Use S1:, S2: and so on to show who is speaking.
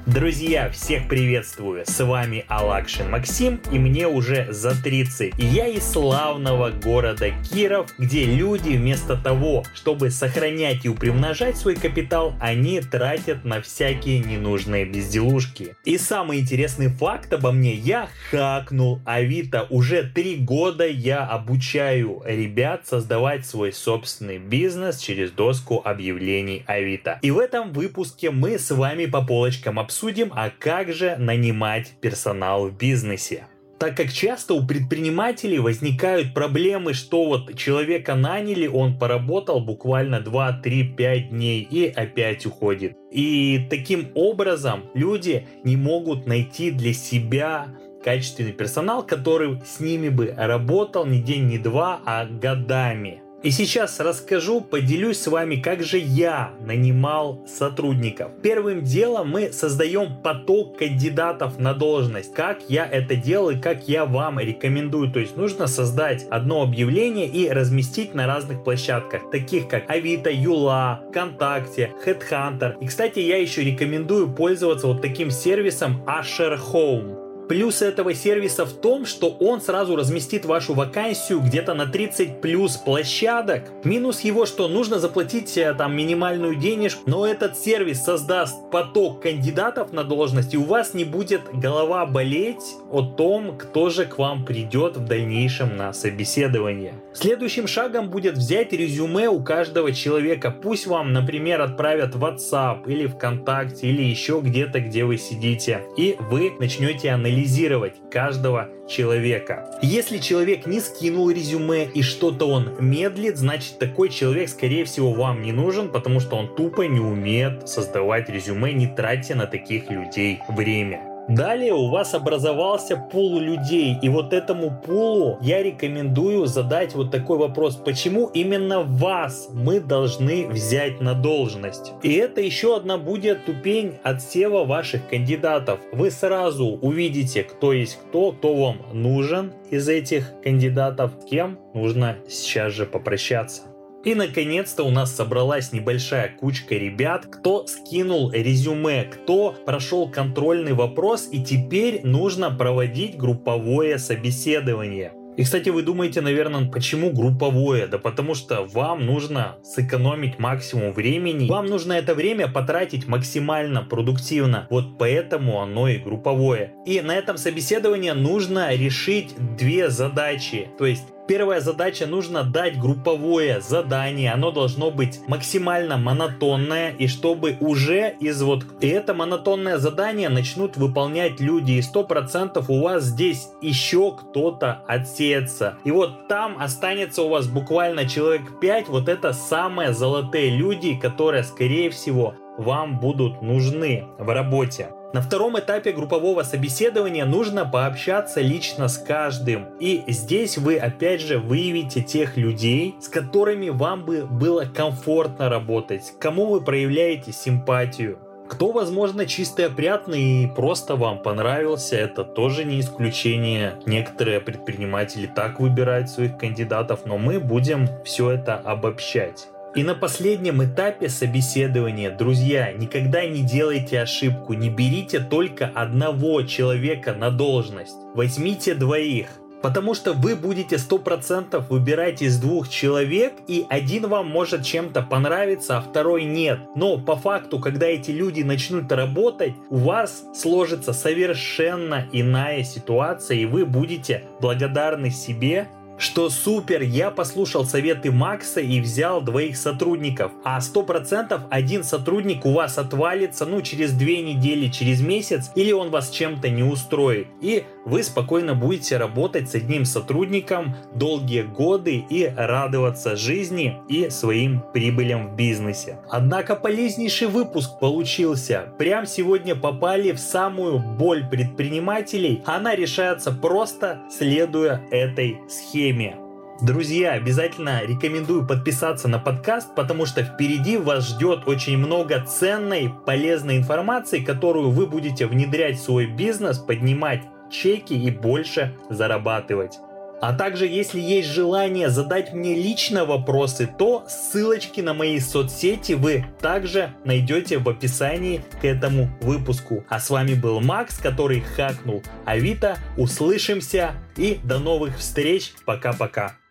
S1: Друзья, всех приветствую! С вами Алакшин Максим, и мне уже за 30. И я из славного города Киров, где люди вместо того, чтобы сохранять и приумножать свой капитал, они тратят на всякие ненужные безделушки. И самый интересный факт обо мне: я хакнул Авито. Уже 3 года я обучаю ребят создавать свой собственный бизнес через доску объявлений Авито. И в этом выпуске мы с вами по полочкам обсудим, а как же нанимать персонал в бизнесе. Так как часто у предпринимателей возникают проблемы, что вот человека наняли, он поработал буквально 2, 3, 5 дней и опять уходит. И таким образом люди не могут найти для себя качественный персонал, который с ними бы работал не день, не два, а годами. И сейчас расскажу, поделюсь с вами, как же я нанимал сотрудников. Первым делом мы создаем поток кандидатов на должность. Как я это делаю и как я вам рекомендую. То есть нужно создать одно объявление и разместить на разных площадках, таких как Авито, Юла, ВКонтакте, Headhunter. И, кстати, я еще рекомендую пользоваться вот таким сервисом Asher Home. Плюс этого сервиса в том, что он сразу разместит вашу вакансию где-то на 30 плюс площадок. Минус его, что нужно заплатить там минимальную денежку, но этот сервис создаст поток кандидатов на должность, и у вас не будет голова болеть о том, кто же к вам придет в дальнейшем на собеседование. Следующим шагом будет взять резюме у каждого человека. Пусть вам, например, отправят в WhatsApp или ВКонтакте или еще где-то, где вы сидите, и вы начнете анализировать каждого человека. Если человек не скинул резюме и что-то он медлит, значит такой человек скорее всего вам не нужен, потому что он тупо не умеет создавать резюме. Не тратьте на таких людей время. Далее у вас образовался пул людей, и вот этому пулу я рекомендую задать вот такой вопрос: почему именно вас мы должны взять на должность? И это еще одна будет ступень отсева ваших кандидатов. Вы сразу увидите, кто есть кто вам нужен из этих кандидатов, с кем нужно сейчас же попрощаться. И наконец-то у нас собралась небольшая кучка ребят, кто скинул резюме, кто прошел контрольный вопрос, и теперь нужно проводить групповое собеседование. И, кстати, вы думаете, наверное, почему групповое? Да потому что вам нужно сэкономить максимум времени. Вам нужно это время потратить максимально продуктивно. Вот поэтому оно и групповое. И на этом собеседовании нужно решить 2 задачи. То есть первая задача: нужно дать групповое задание, оно должно быть максимально монотонное, и чтобы уже и это монотонное задание начнут выполнять люди, и 100% у вас здесь еще кто-то отсеется. И вот там останется у вас буквально человек 5, вот это самые золотые люди, которые скорее всего вам будут нужны в работе. На втором этапе группового собеседования нужно пообщаться лично с каждым. И здесь вы опять же выявите тех людей, с которыми вам бы было комфортно работать, кому вы проявляете симпатию. Кто, возможно, чистый, опрятный и просто вам понравился, это тоже не исключение. Некоторые предприниматели так выбирают своих кандидатов, но мы будем все это обобщать. И на последнем этапе собеседования, друзья, никогда не делайте ошибку, не берите только одного человека на должность, возьмите 2. Потому что вы будете 100% выбирать из 2 человек, и один вам может чем-то понравиться, а второй нет. Но по факту, когда эти люди начнут работать, у вас сложится совершенно иная ситуация, и вы будете благодарны себе, что супер, я послушал советы Макса и взял 2 сотрудников. А 100% один сотрудник у вас отвалится, через 2 недели, через месяц, или он вас чем-то не устроит. И вы спокойно будете работать с одним сотрудником долгие годы и радоваться жизни и своим прибылям в бизнесе. Однако полезнейший выпуск получился. Прям сегодня попали в самую боль предпринимателей. Она решается просто следуя этой схеме. Друзья, обязательно рекомендую подписаться на подкаст, потому что впереди вас ждет очень много ценной, полезной информации, которую вы будете внедрять в свой бизнес, поднимать чеки и больше зарабатывать. А также, если есть желание задать мне лично вопросы, то ссылочки на мои соцсети вы также найдете в описании к этому выпуску. А с вами был Макс, который хакнул Авито. Услышимся и до новых встреч. Пока-пока.